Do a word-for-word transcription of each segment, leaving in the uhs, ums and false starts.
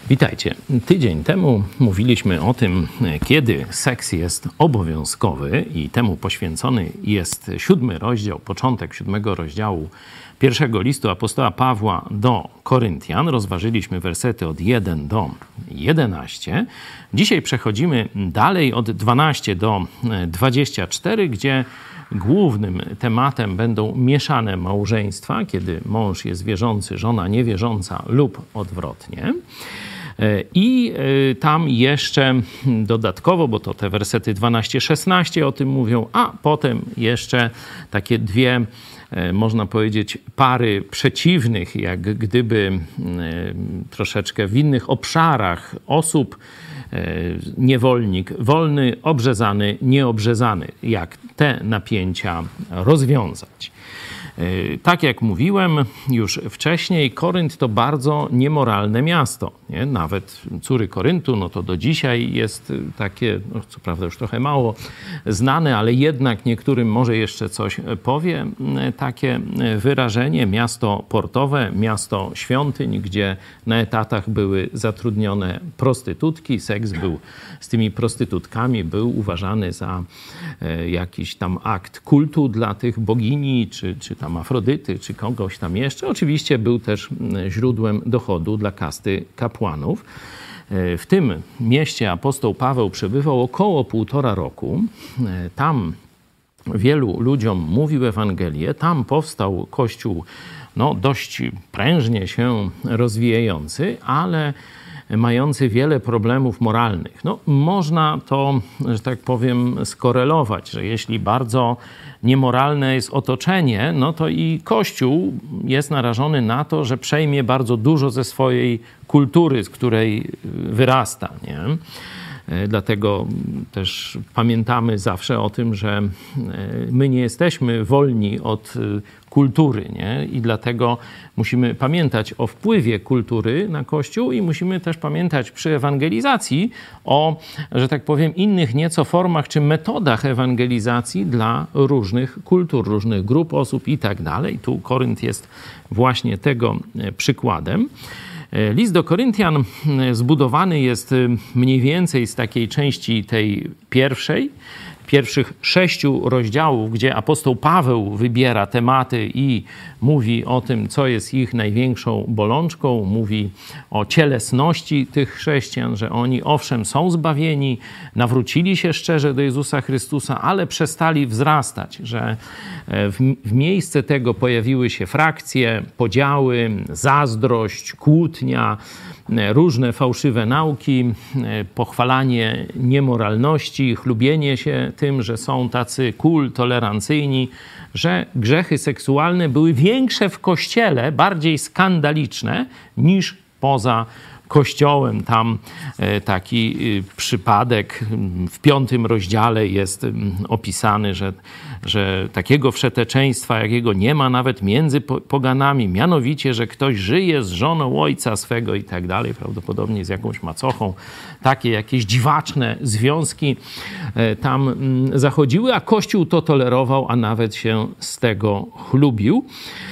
Witajcie. Tydzień temu mówiliśmy o tym, kiedy seks jest obowiązkowy i temu poświęcony jest siódmy rozdział, początek siódmego rozdziału pierwszego listu apostoła Pawła do Koryntian. Rozważyliśmy wersety od pierwszego do jedenastego. Dzisiaj przechodzimy dalej od dwunastego do dwudziestego czwartego, gdzie głównym tematem będą mieszane małżeństwa, kiedy mąż jest wierzący, żona niewierząca lub odwrotnie. I tam jeszcze dodatkowo, bo to te wersety dwanaście szesnaście o tym mówią, a potem jeszcze takie dwie, można powiedzieć, pary przeciwnych, jak gdyby troszeczkę w innych obszarach osób. Niewolnik wolny, obrzezany, nieobrzezany. Jak te napięcia rozwiązać? Tak jak mówiłem już wcześniej, Korynt to bardzo niemoralne miasto. Nie? Nawet córy Koryntu, no to do dzisiaj jest takie, no co prawda już trochę mało znane, ale jednak niektórym może jeszcze coś powie, takie wyrażenie. Miasto portowe, miasto świątyń, gdzie na etatach były zatrudnione prostytutki. Seks był z tymi prostytutkami był uważany za jakiś tam akt kultu dla tych bogini, czy, czy tam Afrodyty, czy kogoś tam jeszcze. Oczywiście był też źródłem dochodu dla kasty kapłanów. W tym mieście apostoł Paweł przebywał około półtora roku. Tam wielu ludziom mówił Ewangelię. Tam powstał kościół no, dość prężnie się rozwijający, ale mający wiele problemów moralnych. No, można to, że tak powiem, skorelować, że jeśli bardzo niemoralne jest otoczenie, no to i Kościół jest narażony na to, że przejmie bardzo dużo ze swojej kultury, z której wyrasta, nie? Dlatego też pamiętamy zawsze o tym, że my nie jesteśmy wolni od kultury, nie? I dlatego musimy pamiętać o wpływie kultury na Kościół i musimy też pamiętać przy ewangelizacji o, że tak powiem, innych nieco formach czy metodach ewangelizacji dla różnych kultur, różnych grup osób i tak dalej. Tu Korynt jest właśnie tego przykładem. List do Koryntian zbudowany jest mniej więcej z takiej części tej pierwszej, pierwszych sześciu rozdziałów, gdzie apostoł Paweł wybiera tematy i mówi o tym, co jest ich największą bolączką, mówi o cielesności tych chrześcijan, że oni owszem są zbawieni, nawrócili się szczerze do Jezusa Chrystusa, ale przestali wzrastać, że w, w miejsce tego pojawiły się frakcje, podziały, zazdrość, kłótnia, różne fałszywe nauki, pochwalanie niemoralności, chlubienie się tym, że są tacy cool, tolerancyjni, że grzechy seksualne były większe w Kościele, bardziej skandaliczne niż poza Kościołem. Tam taki przypadek w piątym rozdziale jest opisany, że, że takiego wszeteczeństwa, jakiego nie ma nawet między poganami, mianowicie, że ktoś żyje z żoną ojca swego i tak dalej, prawdopodobnie z jakąś macochą. Takie jakieś dziwaczne związki tam zachodziły, a Kościół to tolerował, a nawet się z tego chlubił.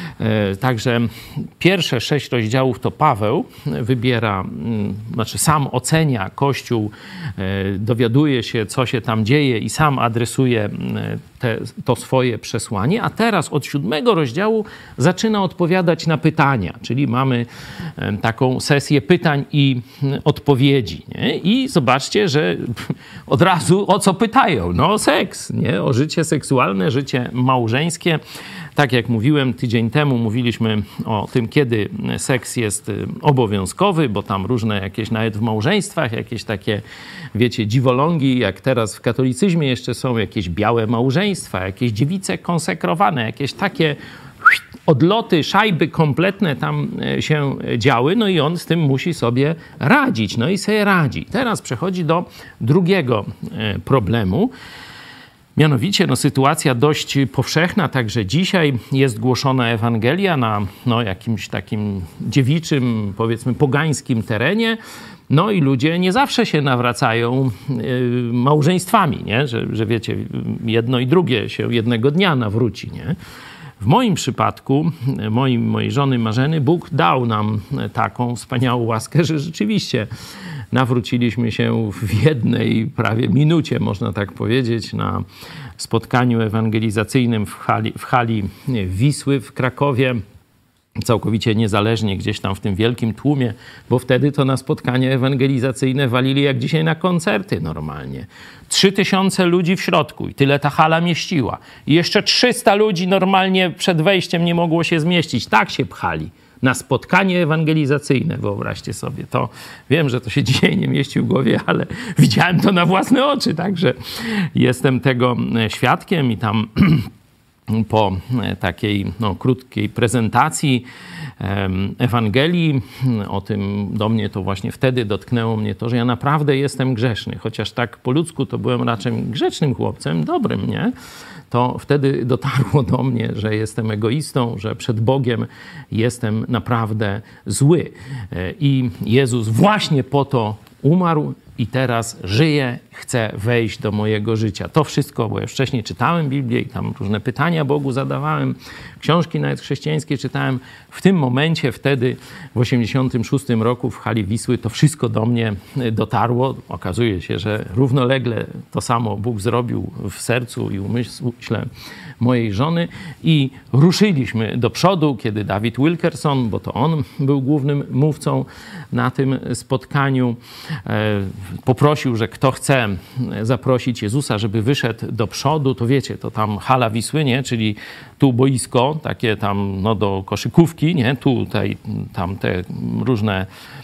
Także pierwsze sześć rozdziałów to Paweł wybiera, znaczy sam ocenia Kościół, dowiaduje się, co się tam dzieje i sam adresuje te, to swoje przesłanie, a teraz od siódmego rozdziału zaczyna odpowiadać na pytania, czyli mamy taką sesję pytań i odpowiedzi. Nie? I zobaczcie, że od razu o co pytają? No o seks, nie? O życie seksualne, życie małżeńskie. Tak jak mówiłem tydzień temu, mówiliśmy o tym, kiedy seks jest obowiązkowy, bo tam różne jakieś, nawet w małżeństwach, jakieś takie, wiecie, dziwolągi, jak teraz w katolicyzmie jeszcze są jakieś białe małżeństwa, jakieś dziewice konsekrowane, jakieś takie odloty, szajby kompletne tam się działy, no i on z tym musi sobie radzić, no i sobie radzi. Teraz przechodzi do drugiego problemu. Mianowicie no, sytuacja dość powszechna, także dzisiaj jest głoszona Ewangelia na no, jakimś takim dziewiczym, powiedzmy pogańskim terenie, no i ludzie nie zawsze się nawracają y, małżeństwami, nie? Że, że wiecie, jedno i drugie się jednego dnia nawróci, nie? w moim przypadku, moim, mojej żony Marzeny, Bóg dał nam taką wspaniałą łaskę, że rzeczywiście nawróciliśmy się w jednej prawie minucie, można tak powiedzieć, na spotkaniu ewangelizacyjnym w hali, w hali Wisły w Krakowie. Całkowicie niezależnie gdzieś tam w tym wielkim tłumie, bo wtedy to na spotkania ewangelizacyjne walili jak dzisiaj na koncerty normalnie. Trzy tysiące ludzi w środku i tyle ta hala mieściła. I jeszcze trzysta ludzi normalnie przed wejściem nie mogło się zmieścić. Tak się pchali na spotkanie ewangelizacyjne, wyobraźcie sobie. To wiem, że to się dzisiaj nie mieści w głowie, ale widziałem to na własne oczy, także jestem tego świadkiem i tam po takiej no, krótkiej prezentacji Ewangelii, o tym do mnie to właśnie wtedy dotknęło mnie to, że ja naprawdę jestem grzeszny. Chociaż tak po ludzku to byłem raczej grzecznym chłopcem, dobrym, nie? To wtedy dotarło do mnie, że jestem egoistą, że przed Bogiem jestem naprawdę zły. I Jezus właśnie po to umarł i teraz żyje, chce wejść do mojego życia. To wszystko, bo ja wcześniej czytałem Biblię i tam różne pytania Bogu zadawałem, książki nawet chrześcijańskie czytałem. W tym momencie, wtedy w osiemdziesiątym szóstym roku w hali Wisły to wszystko do mnie dotarło. Okazuje się, że równolegle to samo Bóg zrobił w sercu i umyśle mojej żony i ruszyliśmy do przodu, kiedy David Wilkerson, bo to on był głównym mówcą na tym spotkaniu, poprosił, że kto chce zaprosić Jezusa, żeby wyszedł do przodu, to wiecie, to tam hala Wisły, nie? Czyli tu boisko, takie tam no, do koszykówki, nie? Tutaj, tam te różne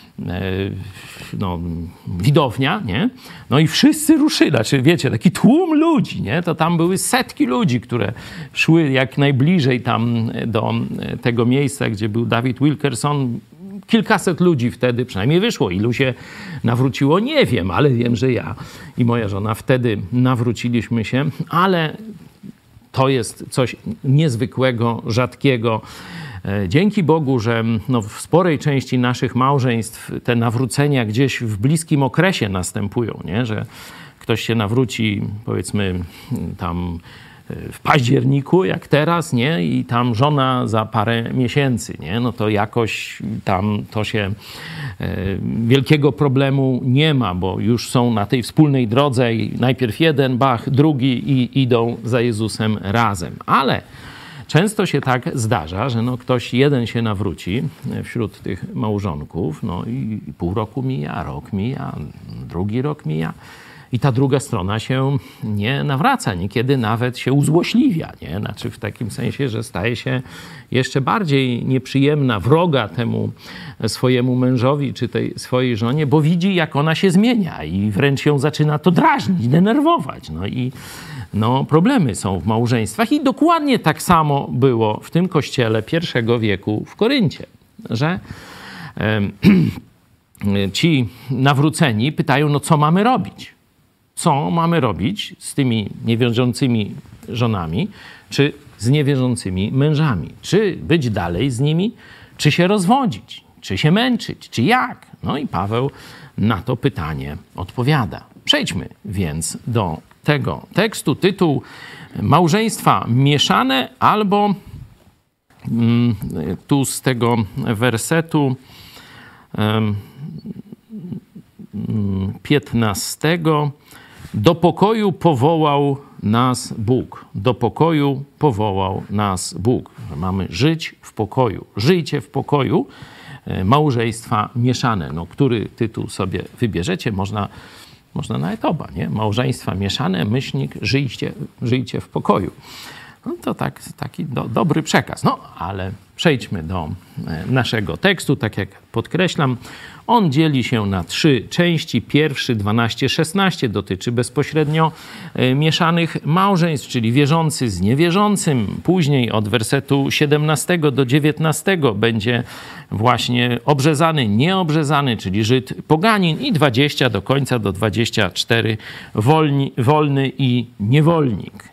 no, widownia, nie? No i wszyscy ruszyli, znaczy wiecie, taki tłum ludzi, nie? To tam były setki ludzi, które szły jak najbliżej tam do tego miejsca, gdzie był David Wilkerson. Kilkaset ludzi wtedy przynajmniej wyszło. Ilu się nawróciło, nie wiem, ale wiem, że ja i moja żona wtedy nawróciliśmy się, ale to jest coś niezwykłego, rzadkiego. Dzięki Bogu, że no w sporej części naszych małżeństw te nawrócenia gdzieś w bliskim okresie następują, nie? Że ktoś się nawróci, powiedzmy, tam w październiku, jak teraz, nie? I tam żona za parę miesięcy, nie? No to jakoś tam to się e, wielkiego problemu nie ma, bo już są na tej wspólnej drodze i najpierw jeden, bach, drugi i idą za Jezusem razem. Ale często się tak zdarza, że no ktoś jeden się nawróci wśród tych małżonków, no i pół roku mija, rok mija, drugi rok mija. I ta druga strona się nie nawraca, niekiedy nawet się uzłośliwia, nie? Znaczy w takim sensie, że staje się jeszcze bardziej nieprzyjemna, wroga temu swojemu mężowi czy tej swojej żonie, bo widzi, jak ona się zmienia i wręcz ją zaczyna to drażnić, denerwować. No i no, problemy są w małżeństwach. I dokładnie tak samo było w tym kościele pierwszego wieku w Koryncie, że e, ci nawróceni pytają, no co mamy robić? Co mamy robić z tymi niewierzącymi żonami, czy z niewierzącymi mężami? Czy być dalej z nimi, czy się rozwodzić, czy się męczyć, czy jak? No i Paweł na to pytanie odpowiada. Przejdźmy więc do tego tekstu. Tytuł: Małżeństwa mieszane, albo mm, tu z tego wersetu um, piętnastego. Do pokoju powołał nas Bóg. Do pokoju powołał nas Bóg. Mamy żyć w pokoju. Żyjcie w pokoju. Małżeństwa mieszane. No, który tytuł sobie wybierzecie, można, można nawet oba, nie? Małżeństwa mieszane, myślnik, żyjcie, żyjcie w pokoju. No to tak, taki do, dobry przekaz. No, ale przejdźmy do naszego tekstu. Tak jak podkreślam, on dzieli się na trzy części. Pierwszy, dwanaście szesnaście, dotyczy bezpośrednio mieszanych małżeństw, czyli wierzący z niewierzącym. Później od wersetu siedemnastego do dziewiętnastego będzie właśnie obrzezany, nieobrzezany, czyli Żyd, poganin, i dwadzieścia do końca, do dwudziestu czterech wolni, wolny i niewolnik.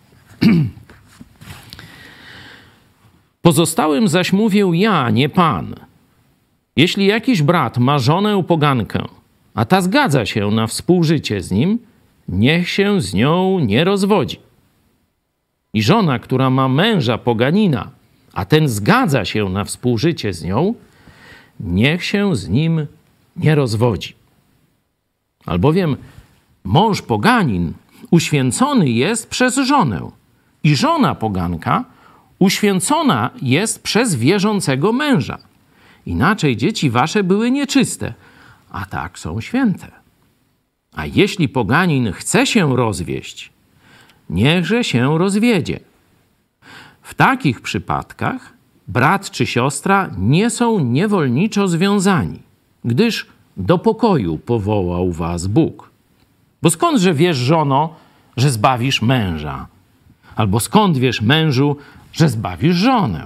Pozostałym zaś mówię ja, nie Pan. Jeśli jakiś brat ma żonę pogankę, a ta zgadza się na współżycie z nim, niech się z nią nie rozwodzi. I żona, która ma męża poganina, a ten zgadza się na współżycie z nią, niech się z nim nie rozwodzi. Albowiem mąż poganin uświęcony jest przez żonę i żona poganka uświęcona jest przez wierzącego męża. Inaczej dzieci wasze były nieczyste, a tak są święte. A jeśli poganin chce się rozwieść, niechże się rozwiedzie. W takich przypadkach brat czy siostra nie są niewolniczo związani, gdyż do pokoju powołał was Bóg. Bo skądże wiesz, żono, że zbawisz męża? Albo skąd wiesz, mężu, że zbawisz żonę?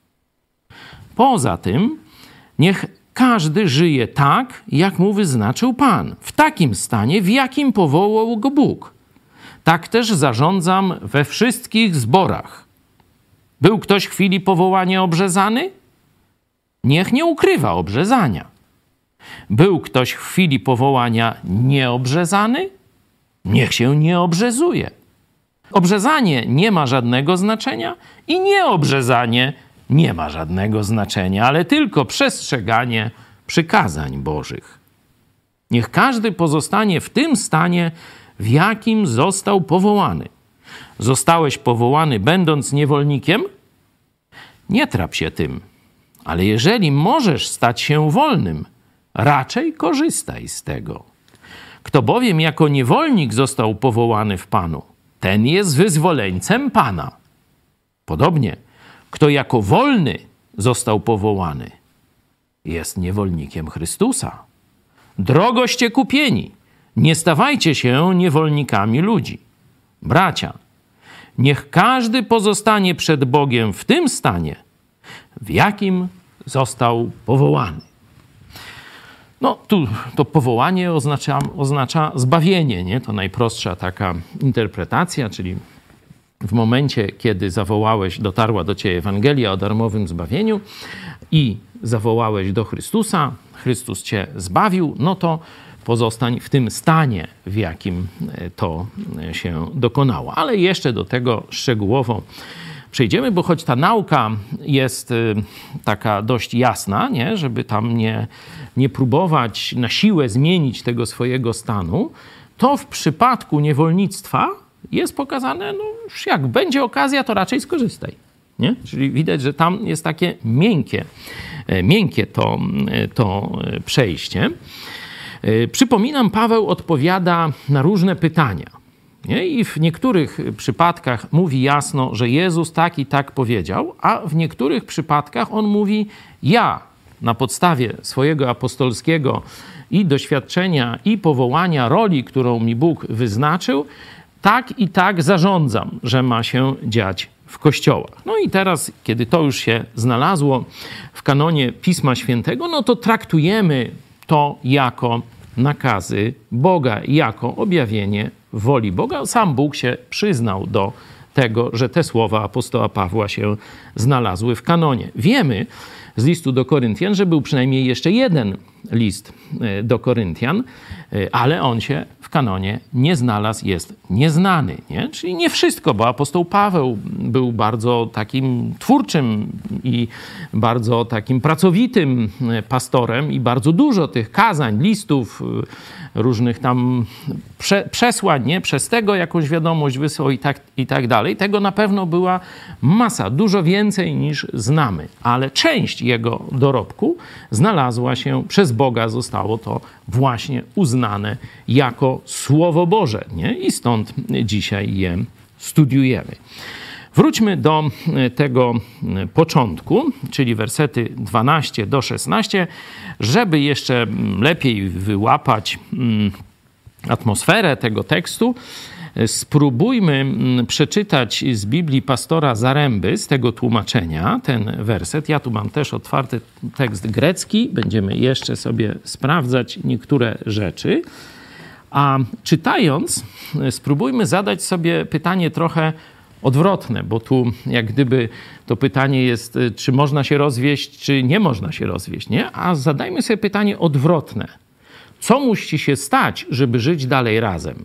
Poza tym, niech każdy żyje tak, jak mu wyznaczył Pan, w takim stanie, w jakim powołał go Bóg. Tak też zarządzam we wszystkich zborach. Był ktoś w chwili powołania obrzezany? Niech nie ukrywa obrzezania. Był ktoś w chwili powołania nieobrzezany? Niech się nie obrzezuje. Obrzezanie nie ma żadnego znaczenia i nieobrzezanie nie ma żadnego znaczenia, ale tylko przestrzeganie przykazań Bożych. Niech każdy pozostanie w tym stanie, w jakim został powołany. Zostałeś powołany, będąc niewolnikiem? Nie trap się tym, ale jeżeli możesz stać się wolnym, raczej korzystaj z tego. Kto bowiem jako niewolnik został powołany w Panu, ten jest wyzwoleńcem Pana. Podobnie, kto jako wolny został powołany, jest niewolnikiem Chrystusa. Drogoście kupieni, nie stawajcie się niewolnikami ludzi. Bracia, niech każdy pozostanie przed Bogiem w tym stanie, w jakim został powołany. No tu to powołanie oznacza, oznacza zbawienie, nie? To najprostsza taka interpretacja, czyli w momencie, kiedy zawołałeś, dotarła do ciebie Ewangelia o darmowym zbawieniu i zawołałeś do Chrystusa, Chrystus cię zbawił, no to pozostań w tym stanie, w jakim to się dokonało. Ale jeszcze do tego szczegółowo przejdziemy, bo choć ta nauka jest taka dość jasna, nie? Żeby tam nie, nie próbować na siłę zmienić tego swojego stanu, to w przypadku niewolnictwa jest pokazane, no już jak będzie okazja, to raczej skorzystaj. Nie? Czyli widać, że tam jest takie miękkie, miękkie to, to przejście. Przypominam, Paweł odpowiada na różne pytania. Nie? I w niektórych przypadkach mówi jasno, że Jezus tak i tak powiedział, a w niektórych przypadkach on mówi: ja na podstawie swojego apostolskiego i doświadczenia, i powołania, roli, którą mi Bóg wyznaczył, tak i tak zarządzam, że ma się dziać w kościołach. No i teraz, kiedy to już się znalazło w kanonie Pisma Świętego, no to traktujemy to jako nakazy Boga, jako objawienie woli Boga. Sam Bóg się przyznał do tego, że te słowa apostoła Pawła się znalazły w kanonie. Wiemy z listu do Koryntian, że był przynajmniej jeszcze jeden list do Koryntian, ale on się w kanonie nie znalazł, jest nieznany. Nie? Czyli nie wszystko, bo apostoł Paweł był bardzo takim twórczym i bardzo takim pracowitym pastorem i bardzo dużo tych kazań, listów, różnych tam prze, przesłań, nie? Przez tego jakąś wiadomość wysłał i tak, i tak dalej. Tego na pewno była masa, dużo więcej niż znamy, ale część jego dorobku znalazła się przez Boga, zostało to właśnie uznane jako Słowo Boże, nie? I stąd dzisiaj je studiujemy. Wróćmy do tego początku, czyli wersety dwanaście do szesnastu, żeby jeszcze lepiej wyłapać atmosferę tego tekstu. Spróbujmy przeczytać z Biblii pastora Zaręby, z tego tłumaczenia, ten werset. Ja tu mam też otwarty tekst grecki. Będziemy jeszcze sobie sprawdzać niektóre rzeczy. A czytając, spróbujmy zadać sobie pytanie trochę odwrotne, bo tu jak gdyby to pytanie jest, czy można się rozwieść, czy nie można się rozwieść, nie? A zadajmy sobie pytanie odwrotne. Co musi się stać, żeby żyć dalej razem?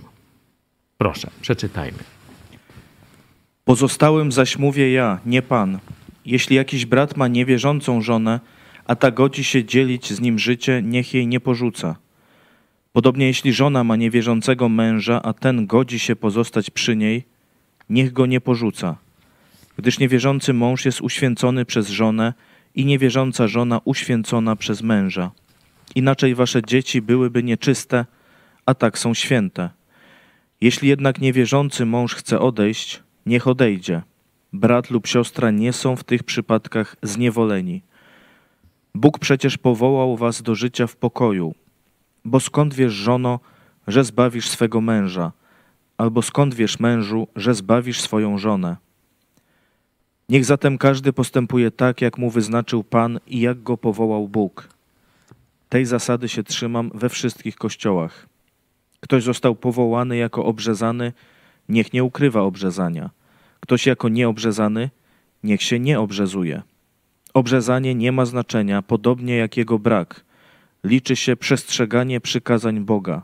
Proszę, przeczytajmy. Pozostałym zaś mówię ja, nie Pan, Jeśli jakiś brat ma niewierzącą żonę, a ta godzi się dzielić z nim życie, niech jej nie porzuca. Podobnie jeśli żona ma niewierzącego męża, a ten godzi się pozostać przy niej, niech go nie porzuca. Gdyż niewierzący mąż jest uświęcony przez żonę i niewierząca żona uświęcona przez męża. Inaczej wasze dzieci byłyby nieczyste, a tak są święte. Jeśli jednak niewierzący mąż chce odejść, niech odejdzie. Brat lub siostra nie są w tych przypadkach zniewoleni. Bóg przecież powołał was do życia w pokoju. Bo skąd wiesz, żono, że zbawisz swego męża? Albo skąd wiesz, mężu, że zbawisz swoją żonę? Niech zatem każdy postępuje tak, jak mu wyznaczył Pan i jak go powołał Bóg. Tej zasady się trzymam we wszystkich kościołach. Ktoś został powołany jako obrzezany, niech nie ukrywa obrzezania. Ktoś jako nieobrzezany, niech się nie obrzezuje. Obrzezanie nie ma znaczenia, podobnie jak jego brak. Liczy się przestrzeganie przykazań Boga.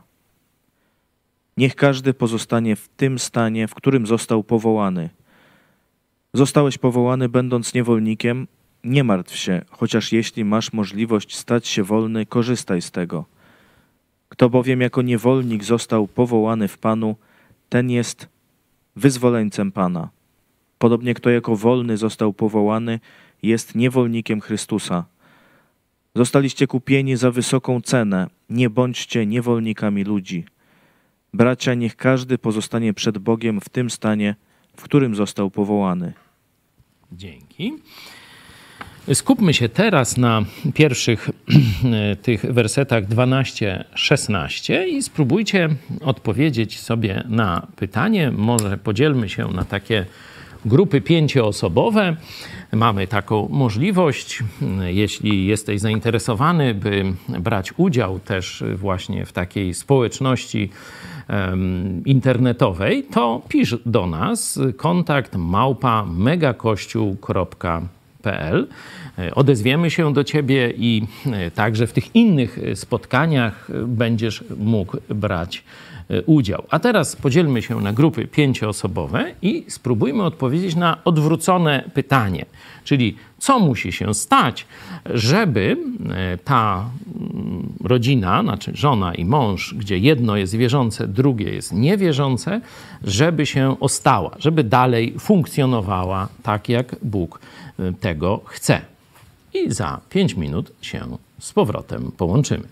Niech każdy pozostanie w tym stanie, w którym został powołany. Zostałeś powołany, będąc niewolnikiem? Nie martw się, chociaż jeśli masz możliwość stać się wolny, korzystaj z tego. Kto bowiem jako niewolnik został powołany w Panu, ten jest wyzwoleńcem Pana. Podobnie kto jako wolny został powołany, jest niewolnikiem Chrystusa. Zostaliście kupieni za wysoką cenę, nie bądźcie niewolnikami ludzi. Bracia, niech każdy pozostanie przed Bogiem w tym stanie, w którym został powołany. Dzięki. Skupmy się teraz na pierwszych tych wersetach dwanaście szesnaście i spróbujcie odpowiedzieć sobie na pytanie. Może podzielmy się na takie grupy pięcioosobowe. Mamy taką możliwość, jeśli jesteś zainteresowany, by brać udział też właśnie w takiej społeczności um, internetowej, to pisz do nas kontakt małpa megakościół kropka p l. Odezwiemy się do ciebie i także w tych innych spotkaniach będziesz mógł brać udział. A teraz podzielmy się na grupy pięcioosobowe i spróbujmy odpowiedzieć na odwrócone pytanie. Czyli co musi się stać, żeby ta rodzina, znaczy żona i mąż, gdzie jedno jest wierzące, drugie jest niewierzące, żeby się ostała, żeby dalej funkcjonowała tak, jak Bóg tego chce. I za pięć minut się z powrotem połączymy.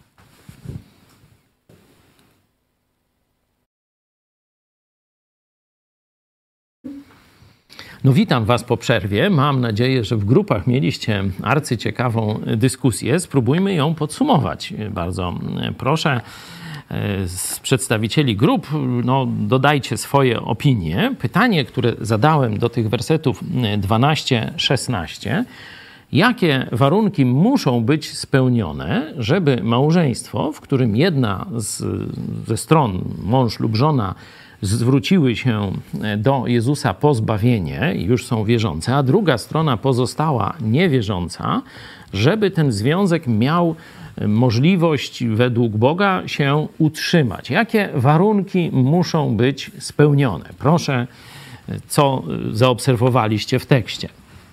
No witam was po przerwie. Mam nadzieję, że w grupach mieliście arcyciekawą dyskusję. Spróbujmy ją podsumować. Bardzo proszę z przedstawicieli grup, no, dodajcie swoje opinie. Pytanie, które zadałem do tych wersetów dwanaście szesnaście. Jakie warunki muszą być spełnione, żeby małżeństwo, w którym jedna z, ze stron, mąż lub żona, zwróciły się do Jezusa po zbawienie i już są wierzące, a druga strona pozostała niewierząca, żeby ten związek miał możliwość według Boga się utrzymać? Jakie warunki muszą być spełnione? Proszę, co zaobserwowaliście w tekście?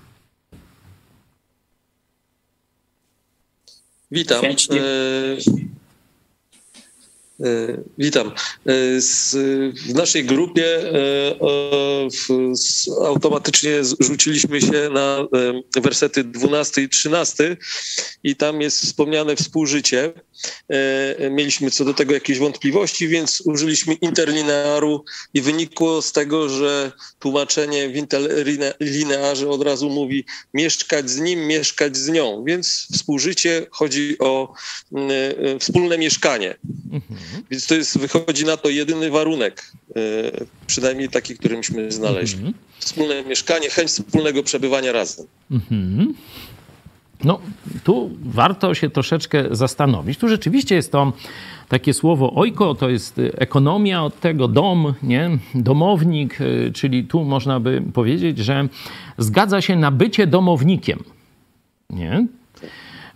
Witam. Witam. W naszej grupie automatycznie rzuciliśmy się na wersety dwunasty i trzynasty i tam jest wspomniane współżycie. Mieliśmy co do tego jakieś wątpliwości, więc użyliśmy interlinearu i wynikło z tego, że tłumaczenie w interlinearze od razu mówi mieszkać z nim, mieszkać z nią, więc współżycie chodzi o wspólne mieszkanie. Mhm. Więc to jest, wychodzi na to jedyny warunek, przynajmniej taki, który myśmy znaleźli. Mhm. Wspólne mieszkanie, chęć wspólnego przebywania razem. Mhm. No, tu warto się troszeczkę zastanowić. Tu rzeczywiście jest to takie słowo oiko, to jest ekonomia od tego, dom, nie? Domownik, czyli tu można by powiedzieć, że zgadza się na bycie domownikiem, nie?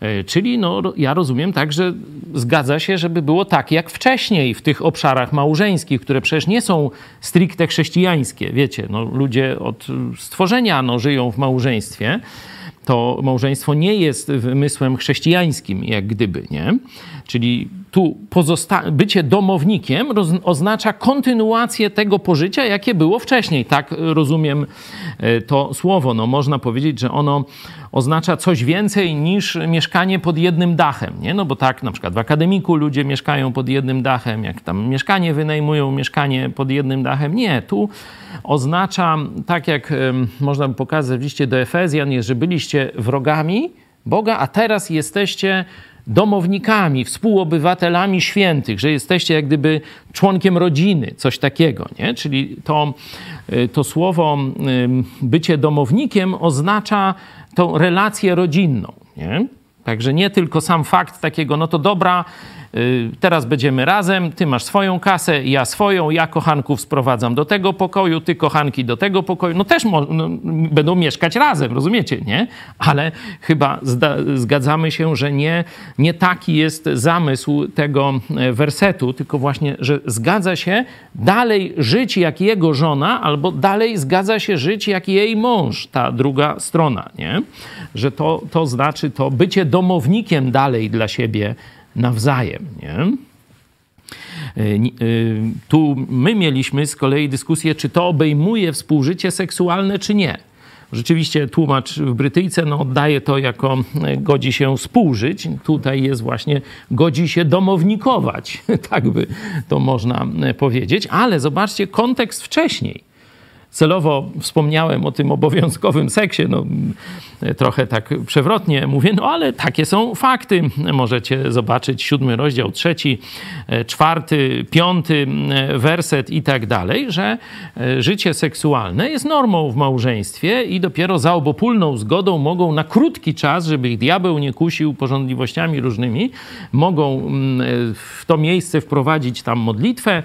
Czyli no, ja rozumiem tak, że zgadza się, żeby było tak jak wcześniej w tych obszarach małżeńskich, które przecież nie są stricte chrześcijańskie. Wiecie, no, ludzie od stworzenia no, żyją w małżeństwie. To małżeństwo nie jest wymysłem chrześcijańskim, jak gdyby, nie? Czyli tu pozosta- bycie domownikiem roz- oznacza kontynuację tego pożycia, jakie było wcześniej. Tak rozumiem to słowo. No, można powiedzieć, że ono oznacza coś więcej niż mieszkanie pod jednym dachem, nie? No bo tak na przykład w akademiku ludzie mieszkają pod jednym dachem, jak tam mieszkanie wynajmują, mieszkanie pod jednym dachem. Nie, tu oznacza, tak jak um, można by pokazać w liście do Efezjan, jest, że byliście wrogami Boga, a teraz jesteście domownikami, współobywatelami świętych, że jesteście jak gdyby członkiem rodziny, coś takiego, nie? Czyli to, to słowo bycie domownikiem oznacza tą relację rodzinną, nie? Także nie tylko sam fakt takiego, no to dobra, teraz będziemy razem, ty masz swoją kasę, ja swoją, ja kochanków sprowadzam do tego pokoju, ty kochanki do tego pokoju, no też mo- no, będą mieszkać razem, rozumiecie, nie? Ale chyba zda- zgadzamy się, że nie, nie taki jest zamysł tego wersetu, tylko właśnie, że zgadza się dalej żyć jak jego żona, albo dalej zgadza się żyć jak jej mąż, ta druga strona, nie? Że to, to znaczy to bycie domownikiem dalej dla siebie nawzajem, nie? Tu my mieliśmy z kolei dyskusję, czy to obejmuje współżycie seksualne, czy nie. Rzeczywiście tłumacz w Brytyjce no, oddaje to jako godzi się współżyć. Tutaj jest właśnie godzi się domownikować, tak by to można powiedzieć. Ale zobaczcie kontekst wcześniej. Celowo wspomniałem o tym obowiązkowym seksie, no trochę tak przewrotnie mówię, no ale takie są fakty. Możecie zobaczyć siódmy rozdział, trzeci, czwarty, piąty werset i tak dalej, że życie seksualne jest normą w małżeństwie i dopiero za obopólną zgodą mogą na krótki czas, żeby ich diabeł nie kusił pożądliwościami różnymi, mogą w to miejsce wprowadzić tam modlitwę,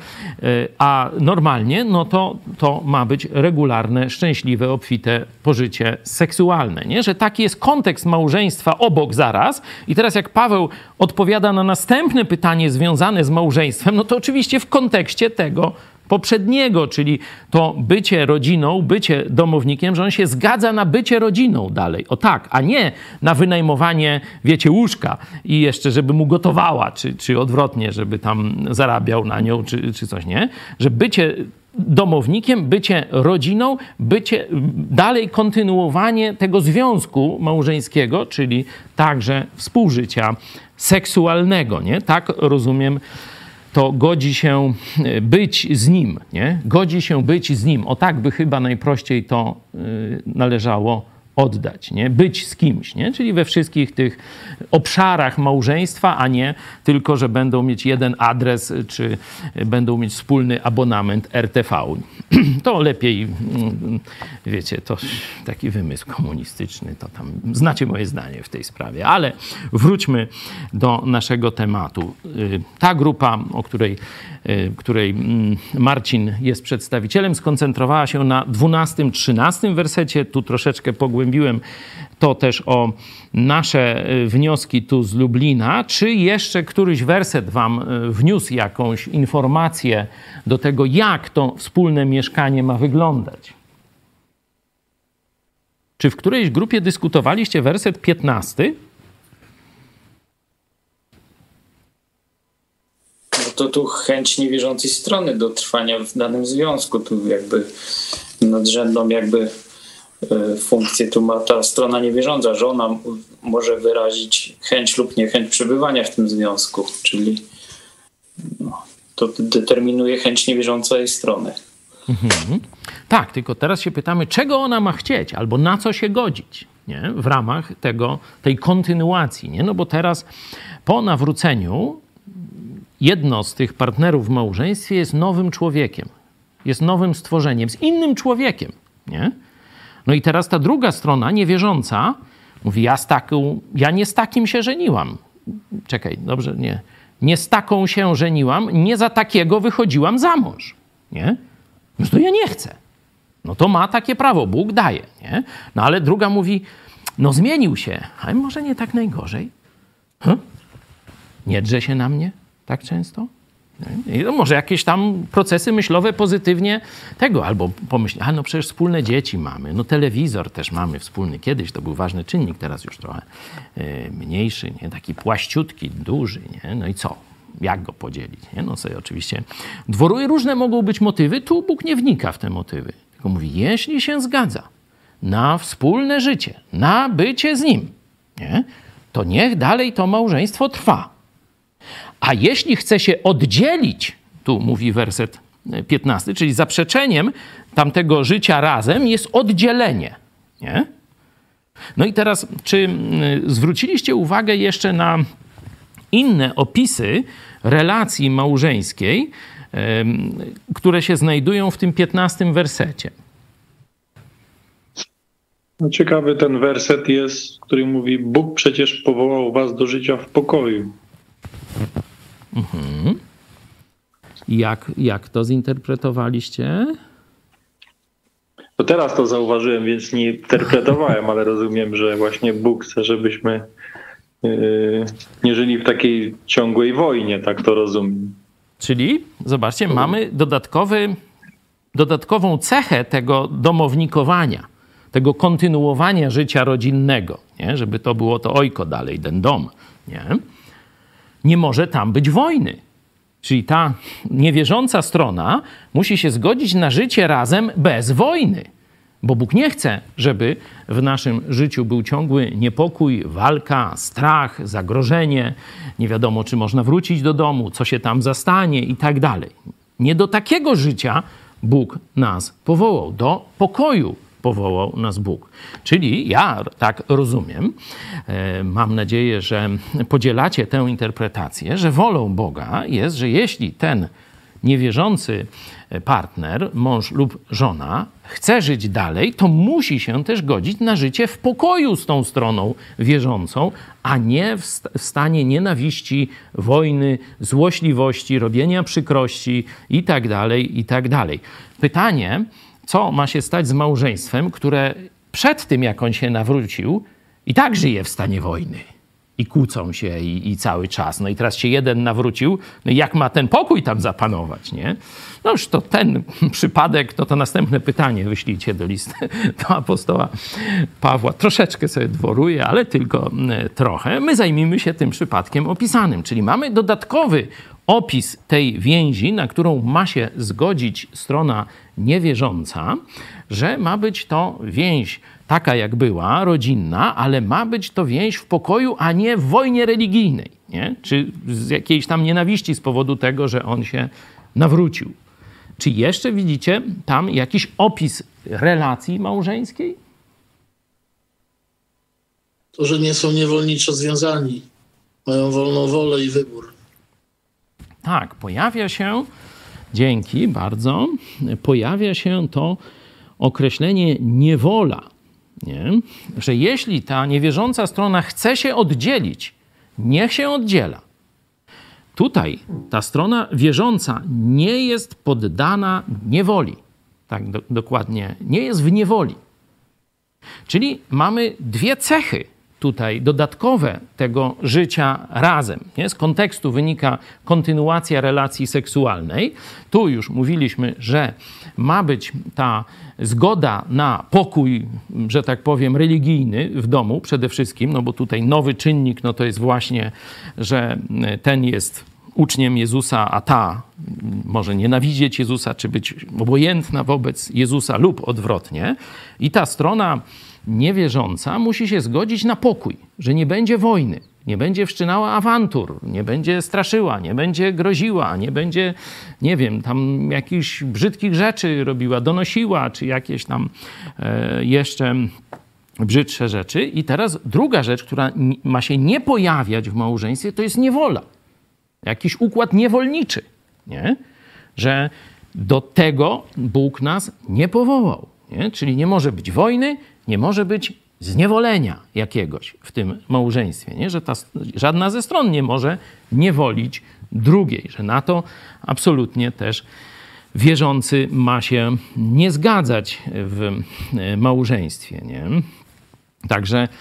a normalnie no to, to ma być regularne, szczęśliwe, obfite pożycie seksualne, nie? Że taki jest kontekst małżeństwa obok zaraz. I teraz jak Paweł odpowiada na następne pytanie związane z małżeństwem, no to oczywiście w kontekście tego poprzedniego, czyli to bycie rodziną, bycie domownikiem, że on się zgadza na bycie rodziną dalej. O tak, a nie na wynajmowanie, wiecie, łóżka i jeszcze, żeby mu gotowała, czy, czy odwrotnie, żeby tam zarabiał na nią, czy, czy coś, nie? Że bycie domownikiem, bycie rodziną, bycie, dalej kontynuowanie tego związku małżeńskiego, czyli także współżycia seksualnego, nie? Tak rozumiem, to godzi się być z nim, nie? Godzi się być z nim. O tak by chyba najprościej to y, należało oddać, nie? Być z kimś, nie? Czyli we wszystkich tych obszarach małżeństwa, a nie tylko, że będą mieć jeden adres, czy będą mieć wspólny abonament R T V. To lepiej, wiecie, to taki wymysł komunistyczny, to tam znacie moje zdanie w tej sprawie. Ale wróćmy do naszego tematu. Ta grupa, o której, której Marcin jest przedstawicielem, skoncentrowała się na dwunastym, trzynastym wersecie. Tu troszeczkę pogłębiłem to też o nasze wnioski tu z Lublina. Czy jeszcze któryś werset wam wniósł jakąś informację do tego, jak to wspólne mieszkanie ma wyglądać? Czy w którejś grupie dyskutowaliście werset piętnasty? No to tu chęć niewierzącej strony do trwania w danym związku. Tu jakby nadrzędną jakby funkcję tu ma ta strona niewierząca, że ona może wyrazić chęć lub niechęć przebywania w tym związku, czyli no, to determinuje chęć niewierzącej strony. Mhm. Tak, tylko teraz się pytamy, czego ona ma chcieć, albo na co się godzić, nie? W ramach tego, tej kontynuacji, nie? No bo teraz po nawróceniu jedno z tych partnerów w małżeństwie jest nowym człowiekiem, jest nowym stworzeniem, z innym człowiekiem, nie? No i teraz ta druga strona, niewierząca, mówi, ja, z taką, ja nie z takim się żeniłam. Czekaj, dobrze, nie. Nie z taką się żeniłam, nie za takiego wychodziłam za mąż, nie? No to ja nie chcę. No to ma takie prawo, Bóg daje, nie? No ale druga mówi, no zmienił się, ale może nie tak najgorzej. Huh? Nie drze się na mnie tak często? I no może jakieś tam procesy myślowe pozytywnie tego, albo pomyśleć, a no przecież wspólne dzieci mamy, no telewizor też mamy wspólny. Kiedyś to był ważny czynnik, teraz już trochę y, mniejszy, nie? Taki płaściutki, duży, nie? No i co? Jak go podzielić? Nie? No sobie oczywiście dworuje, różne mogą być motywy, tu Bóg nie wnika w te motywy, tylko mówi, jeśli się zgadza na wspólne życie, na bycie z Nim, nie? To niech dalej to małżeństwo trwa. A jeśli chce się oddzielić, tu mówi werset piętnasty, czyli zaprzeczeniem tamtego życia razem jest oddzielenie. Nie? No i teraz, czy zwróciliście uwagę jeszcze na inne opisy relacji małżeńskiej, które się znajdują w tym piętnastym wersecie? No ciekawy ten werset jest, który mówi, Bóg przecież powołał was do życia w pokoju. Mhm. Jak, jak to zinterpretowaliście? To teraz to zauważyłem, więc nie interpretowałem, ale rozumiem, że właśnie Bóg chce, żebyśmy yy, nie żyli w takiej ciągłej wojnie, tak to rozumiem. Czyli, zobaczcie, mamy dodatkowy, dodatkową cechę tego domownikowania, tego kontynuowania życia rodzinnego, nie? Żeby to było to ojko dalej, ten dom, nie? Nie może tam być wojny. Czyli ta niewierząca strona musi się zgodzić na życie razem bez wojny. Bo Bóg nie chce, żeby w naszym życiu był ciągły niepokój, walka, strach, zagrożenie. Nie wiadomo, czy można wrócić do domu, co się tam zastanie i tak dalej. Nie do takiego życia Bóg nas powołał. Do pokoju powołał nas Bóg. Czyli ja tak rozumiem, mam nadzieję, że podzielacie tę interpretację, że wolą Boga jest, że jeśli ten niewierzący partner, mąż lub żona chce żyć dalej, to musi się też godzić na życie w pokoju z tą stroną wierzącą, a nie w stanie nienawiści, wojny, złośliwości, robienia przykrości i tak dalej, i tak dalej. Pytanie, co ma się stać z małżeństwem, które przed tym, jak on się nawrócił, i tak żyje w stanie wojny. I kłócą się i, i cały czas. No i teraz się jeden nawrócił, no i jak ma ten pokój tam zapanować, nie? No już to ten przypadek, no to następne pytanie wyślijcie do listy do apostoła Pawła. Troszeczkę sobie dworuję, ale tylko trochę. My zajmijmy się tym przypadkiem opisanym, czyli mamy dodatkowy opis tej więzi, na którą ma się zgodzić strona niewierząca, że ma być to więź taka jak była, rodzinna, ale ma być to więź w pokoju, a nie w wojnie religijnej, nie? Czy z jakiejś tam nienawiści z powodu tego, że on się nawrócił. Czy jeszcze widzicie tam jakiś opis relacji małżeńskiej? To, że nie są niewolniczo związani, mają wolną wolę i wybór. Tak, pojawia się, dzięki bardzo, pojawia się to określenie niewola, nie? Że jeśli ta niewierząca strona chce się oddzielić, niech się oddziela. Tutaj ta strona wierząca nie jest poddana niewoli. Tak do, dokładnie, nie jest w niewoli. Czyli mamy dwie cechy tutaj dodatkowe tego życia razem. Nie? Z kontekstu wynika kontynuacja relacji seksualnej. Tu już mówiliśmy, że ma być ta zgoda na pokój, że tak powiem, religijny w domu przede wszystkim, no bo tutaj nowy czynnik, no to jest właśnie, że ten jest uczniem Jezusa, a ta może nienawidzieć Jezusa, czy być obojętna wobec Jezusa lub odwrotnie. I ta strona niewierząca musi się zgodzić na pokój, że nie będzie wojny, nie będzie wszczynała awantur, nie będzie straszyła, nie będzie groziła, nie będzie, nie wiem, tam jakichś brzydkich rzeczy robiła, donosiła, czy jakieś tam e, jeszcze brzydsze rzeczy. I teraz druga rzecz, która ma się nie pojawiać w małżeństwie, to jest niewola. Jakiś układ niewolniczy, nie? Że do tego Bóg nas nie powołał. Nie? Czyli nie może być wojny, nie może być zniewolenia jakiegoś w tym małżeństwie. Nie? Że ta, żadna ze stron nie może niewolić drugiej. Że na to absolutnie też wierzący ma się nie zgadzać w małżeństwie. Nie? Także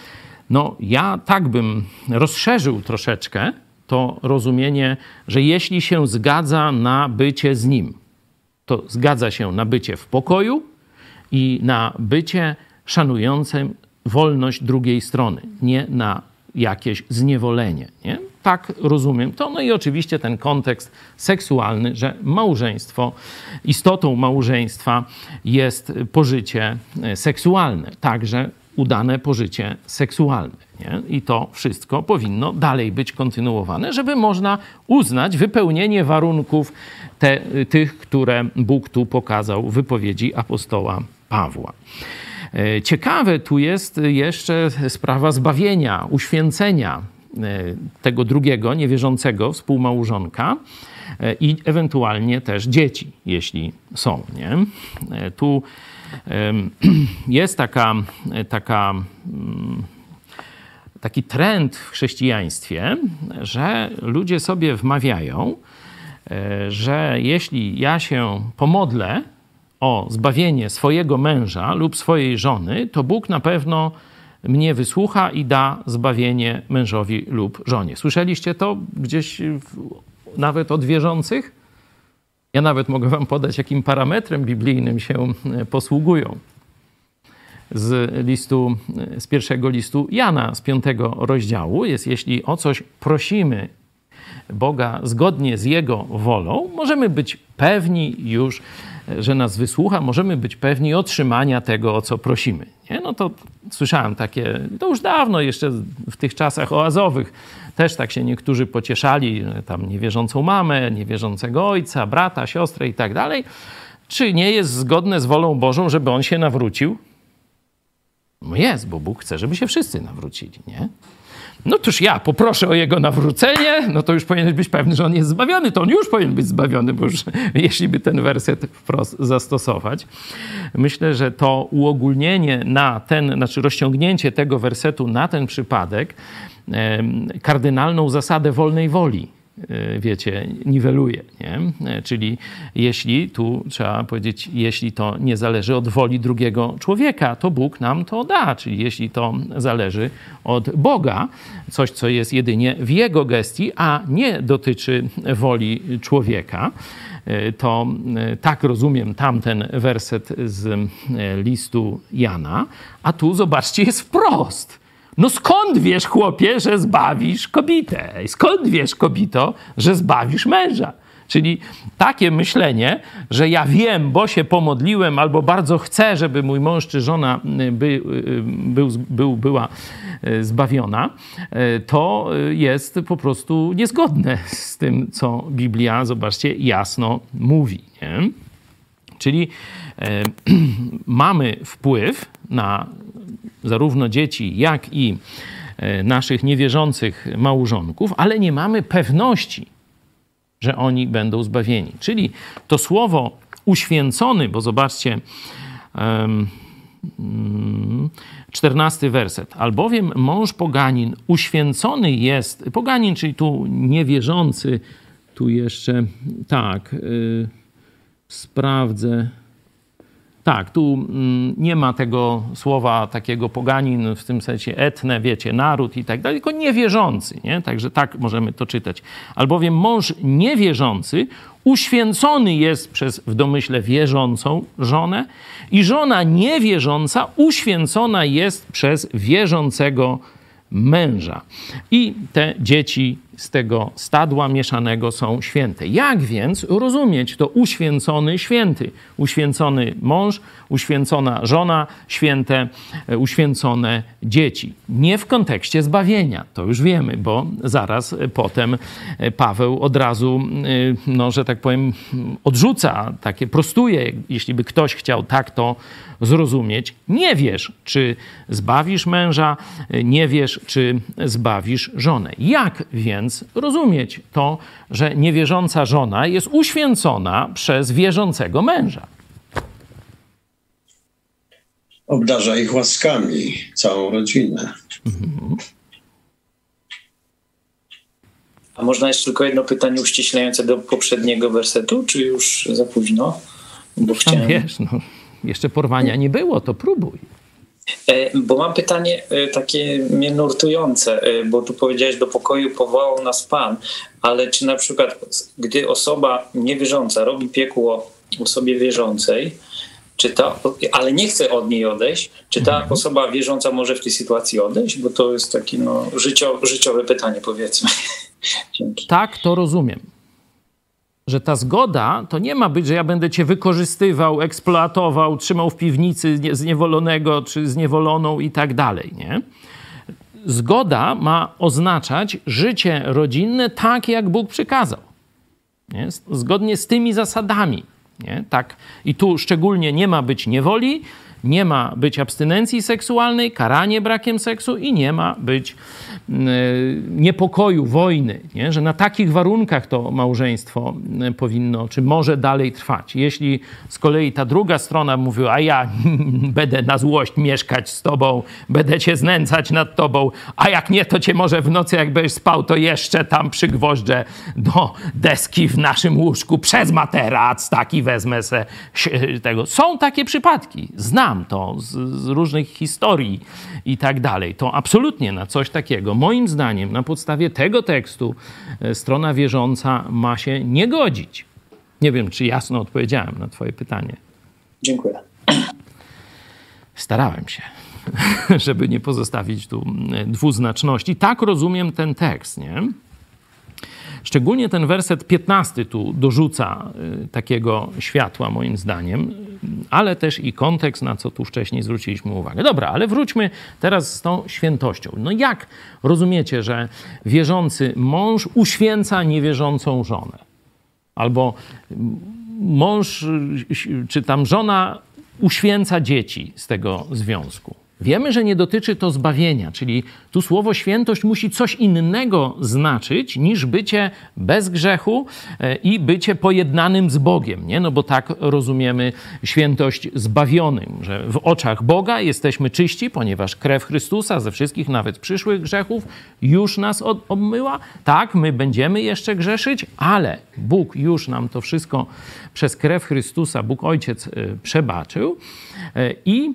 No ja tak bym rozszerzył troszeczkę to rozumienie, że jeśli się zgadza na bycie z nim, to zgadza się na bycie w pokoju i na bycie szanującym wolność drugiej strony, nie na jakieś zniewolenie. Nie? Tak rozumiem to. No i oczywiście ten kontekst seksualny, że małżeństwo, istotą małżeństwa jest pożycie seksualne, także udane pożycie seksualne. Nie? I to wszystko powinno dalej być kontynuowane, żeby można uznać wypełnienie warunków te, tych, które Bóg tu pokazał w wypowiedzi apostoła Pawła. Ciekawe tu jest jeszcze sprawa zbawienia, uświęcenia tego drugiego, niewierzącego współmałżonka i ewentualnie też dzieci, jeśli są. Nie? Tu jest taka, taka, taki trend w chrześcijaństwie, że ludzie sobie wmawiają, że jeśli ja się pomodlę o zbawienie swojego męża lub swojej żony, to Bóg na pewno mnie wysłucha i da zbawienie mężowi lub żonie. Słyszeliście to gdzieś w, nawet od wierzących? Ja nawet mogę wam podać, jakim parametrem biblijnym się posługują. Z listu, z pierwszego listu Jana, z piątego rozdziału jest, jeśli o coś prosimy Boga zgodnie z Jego wolą, możemy być pewni już, że nas wysłucha, możemy być pewni otrzymania tego, o co prosimy. Nie? No to słyszałem takie, to już dawno, jeszcze w tych czasach oazowych, też tak się niektórzy pocieszali, tam niewierzącą mamę, niewierzącego ojca, brata, siostrę i tak dalej. Czy nie jest zgodne z wolą Bożą, żeby on się nawrócił? No jest, bo Bóg chce, żeby się wszyscy nawrócili, nie? No toż ja poproszę o jego nawrócenie, no to już powinien być pewny, że on jest zbawiony, to on już powinien być zbawiony, bo już jeśli by ten werset wprost zastosować. Myślę, że to uogólnienie na ten, znaczy rozciągnięcie tego wersetu na ten przypadek kardynalną zasadę wolnej woli, wiecie, niweluje, nie? Czyli jeśli, tu trzeba powiedzieć, jeśli to nie zależy od woli drugiego człowieka, to Bóg nam to da. Czyli jeśli to zależy od Boga, coś, co jest jedynie w Jego gestii, a nie dotyczy woli człowieka, to tak rozumiem tamten werset z listu Jana, a tu zobaczcie, jest wprost. No skąd wiesz, chłopie, że zbawisz kobietę? Skąd wiesz, kobito, że zbawisz męża? Czyli takie myślenie, że ja wiem, bo się pomodliłem, albo bardzo chcę, żeby mój mąż czy żona by, był, był, była zbawiona, to jest po prostu niezgodne z tym, co Biblia, zobaczcie, jasno mówi. Nie? Czyli e, mamy wpływ na zarówno dzieci, jak i naszych niewierzących małżonków, ale nie mamy pewności, że oni będą zbawieni. Czyli to słowo uświęcony, bo zobaczcie, czternasty werset. Albowiem mąż poganin uświęcony jest, poganin, czyli tu niewierzący, tu jeszcze, tak, yy, sprawdzę. Tak, tu nie ma tego słowa takiego poganin w tym sensie etne, wiecie, naród i tak dalej, tylko niewierzący, nie? Także tak możemy to czytać. Albowiem mąż niewierzący uświęcony jest przez w domyśle wierzącą żonę i żona niewierząca uświęcona jest przez wierzącego męża. I te dzieci z tego stadła mieszanego są święte. Jak więc rozumieć to uświęcony święty? Uświęcony mąż, uświęcona żona, święte, uświęcone dzieci. Nie w kontekście zbawienia, to już wiemy, bo zaraz potem Paweł od razu, no, że tak powiem, odrzuca, takie prostuje, jeśli by ktoś chciał tak to zrozumieć. Nie wiesz, czy zbawisz męża, nie wiesz, czy zbawisz żonę. Jak więc rozumieć to, że niewierząca żona jest uświęcona przez wierzącego męża? Obdarza ich łaskami, całą rodzinę. Mhm. A można jeszcze tylko jedno pytanie uściślające do poprzedniego wersetu, czy już za późno? Bo chciałem... Wiesz, no, jeszcze porwania nie było, to próbuj. Bo mam pytanie takie mnie nurtujące, bo tu powiedziałeś, do pokoju powołał nas Pan, ale czy na przykład, gdy osoba niewierząca robi piekło osobie wierzącej, czy ta, ale nie chce od niej odejść, czy ta mhm. osoba wierząca może w tej sytuacji odejść? Bo to jest takie no, życio, życiowe pytanie, powiedzmy. Dzięki. Tak, to rozumiem. Że ta zgoda to nie ma być, że ja będę cię wykorzystywał, eksploatował, trzymał w piwnicy zniewolonego czy zniewoloną i tak dalej, nie? Zgoda ma oznaczać życie rodzinne tak, jak Bóg przykazał. Nie? Zgodnie z tymi zasadami. Nie? Tak. I tu szczególnie nie ma być niewoli, nie ma być abstynencji seksualnej, karanie brakiem seksu i nie ma być y, niepokoju, wojny, nie? Że na takich warunkach to małżeństwo powinno, czy może dalej trwać. Jeśli z kolei ta druga strona mówiła, a ja będę na złość mieszkać z tobą, będę cię znęcać nad tobą, a jak nie, to cię może w nocy, jak będziesz spał, to jeszcze tam przygwożdżę do deski w naszym łóżku przez materac, taki wezmę se tego. Są takie przypadki, znam to z, z różnych historii i tak dalej. To absolutnie na coś takiego, moim zdaniem, na podstawie tego tekstu strona wierząca ma się nie godzić. Nie wiem, czy jasno odpowiedziałem na twoje pytanie. Dziękuję. Starałem się, żeby nie pozostawić tu dwuznaczności. Tak rozumiem ten tekst, nie? Szczególnie ten werset piętnasty tu dorzuca y, takiego światła, moim zdaniem, ale też i kontekst, na co tu wcześniej zwróciliśmy uwagę. Dobra, ale wróćmy teraz z tą świętością. No jak rozumiecie, że wierzący mąż uświęca niewierzącą żonę? Albo mąż, czy tam żona uświęca dzieci z tego związku? Wiemy, że nie dotyczy to zbawienia, czyli tu słowo świętość musi coś innego znaczyć niż bycie bez grzechu i bycie pojednanym z Bogiem, nie? No bo tak rozumiemy świętość zbawionym, że w oczach Boga jesteśmy czyści, ponieważ krew Chrystusa ze wszystkich, nawet przyszłych grzechów, już nas obmyła. Tak, my będziemy jeszcze grzeszyć, ale Bóg już nam to wszystko przez krew Chrystusa, Bóg Ojciec przebaczył i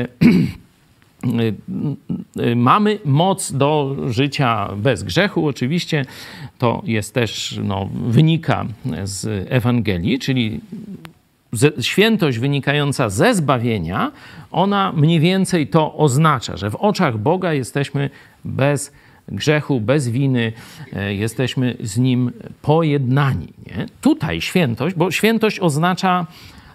mamy moc do życia bez grzechu. Oczywiście to jest też, no, wynika z Ewangelii, czyli świętość wynikająca ze zbawienia, ona mniej więcej to oznacza, że w oczach Boga jesteśmy bez grzechu, bez winy, jesteśmy z Nim pojednani. Nie? Tutaj świętość, bo świętość oznacza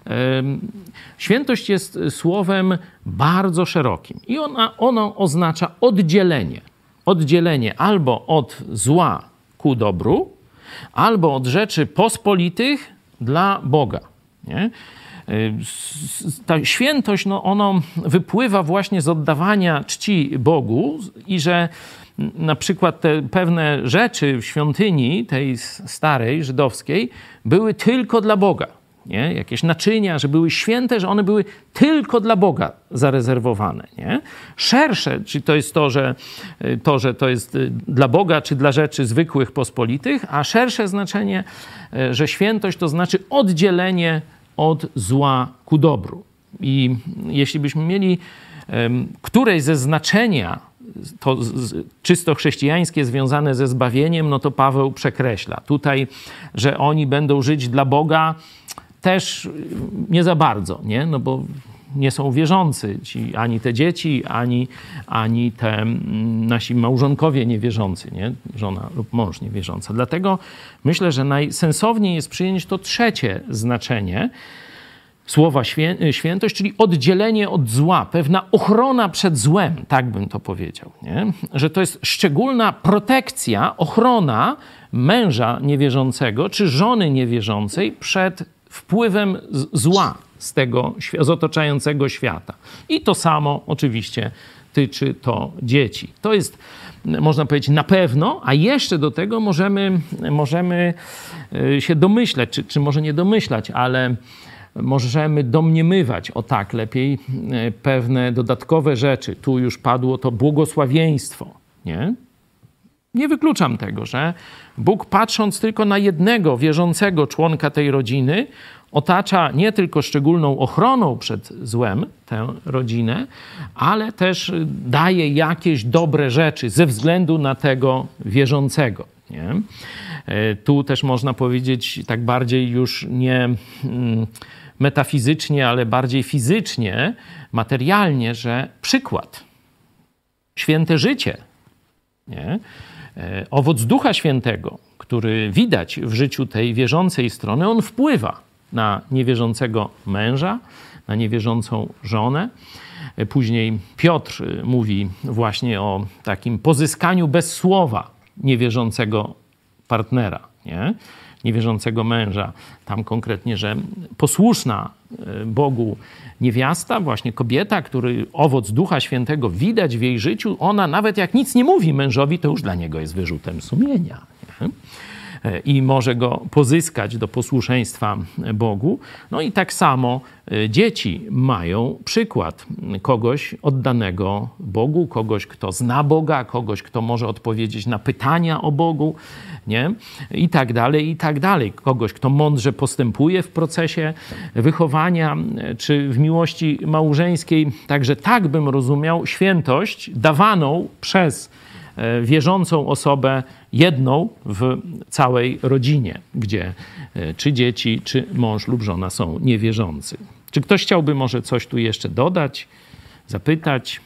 Świętość jest słowem bardzo szerokim i ona, ono oznacza oddzielenie. Oddzielenie albo od zła ku dobru, albo od rzeczy pospolitych dla Boga. Nie? Ta świętość, no, ono wypływa właśnie z oddawania czci Bogu i że na przykład te pewne rzeczy w świątyni tej starej, żydowskiej, były tylko dla Boga. Nie? Jakieś naczynia, że były święte, że one były tylko dla Boga zarezerwowane. Nie? Szersze, czyli to jest to że, to, że to jest dla Boga, czy dla rzeczy zwykłych, pospolitych, a szersze znaczenie, że świętość to znaczy oddzielenie od zła ku dobru. I jeśli byśmy mieli um, któreś ze znaczenia to czysto chrześcijańskie związane ze zbawieniem, no to Paweł przekreśla. Tutaj, że oni będą żyć dla Boga, też nie za bardzo, nie? No bo nie są wierzący, ci, ani te dzieci, ani, ani te nasi małżonkowie niewierzący, nie? Żona lub mąż niewierząca. Dlatego myślę, że najsensowniej jest przyjąć to trzecie znaczenie słowa świę, świętość, czyli oddzielenie od zła, pewna ochrona przed złem, tak bym to powiedział, nie? Że to jest szczególna protekcja, ochrona męża niewierzącego czy żony niewierzącej przed wpływem zła z tego, z otaczającego świata. I to samo oczywiście tyczy to dzieci. To jest, można powiedzieć, na pewno, a jeszcze do tego możemy, możemy się domyślać, czy, czy może nie domyślać, ale możemy domniemywać, o tak lepiej, pewne dodatkowe rzeczy. Tu już padło to błogosławieństwo, nie? Nie wykluczam tego, że Bóg, patrząc tylko na jednego wierzącego członka tej rodziny, otacza nie tylko szczególną ochroną przed złem tę rodzinę, ale też daje jakieś dobre rzeczy ze względu na tego wierzącego. Nie? Tu też można powiedzieć tak bardziej już nie metafizycznie, ale bardziej fizycznie, materialnie, że przykład, święte życie, nie? Owoc Ducha Świętego, który widać w życiu tej wierzącej strony, on wpływa na niewierzącego męża, na niewierzącą żonę. Później Piotr mówi właśnie o takim pozyskaniu bez słowa niewierzącego partnera, nie? Niewierzącego męża. Tam konkretnie, że posłuszna Bogu niewiasta, właśnie kobieta, który owoc Ducha Świętego widać w jej życiu, ona nawet jak nic nie mówi mężowi, to już dla niego jest wyrzutem sumienia. Nie? I może go pozyskać do posłuszeństwa Bogu. No i tak samo dzieci mają przykład kogoś oddanego Bogu, kogoś, kto zna Boga, kogoś, kto może odpowiedzieć na pytania o Bogu, nie? I tak dalej, i tak dalej. Kogoś, kto mądrze postępuje w procesie wychowania czy w miłości małżeńskiej. Także tak bym rozumiał świętość dawaną przez wierzącą osobę jedną w całej rodzinie, gdzie czy dzieci, czy mąż lub żona są niewierzący. Czy ktoś chciałby może coś tu jeszcze dodać, zapytać?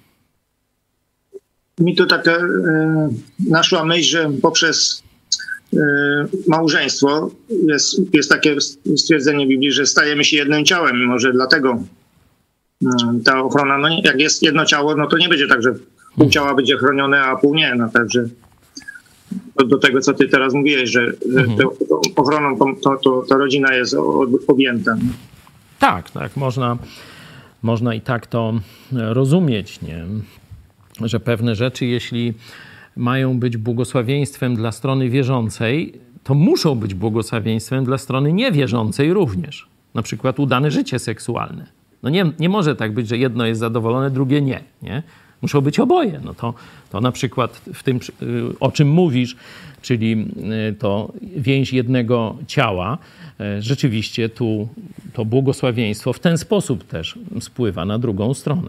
Mi tu taka e, naszła myśl, że poprzez e, małżeństwo jest, jest takie stwierdzenie Biblii, że stajemy się jednym ciałem i może dlatego e, ta ochrona, no nie, jak jest jedno ciało, no to nie będzie tak, że pół ciała będzie chronione, a pół nie. No także do, do tego, co ty teraz mówiłeś, że, że mhm. to, to ochroną to, to, to, ta rodzina jest objęta. Tak, tak, można, można i tak to rozumieć, nie? Że pewne rzeczy, jeśli mają być błogosławieństwem dla strony wierzącej, to muszą być błogosławieństwem dla strony niewierzącej również. Na przykład udane życie seksualne. No nie, nie może tak być, że jedno jest zadowolone, drugie nie, nie? Muszą być oboje. No to, to na przykład w tym, o czym mówisz, czyli to więź jednego ciała, rzeczywiście tu to błogosławieństwo w ten sposób też spływa na drugą stronę.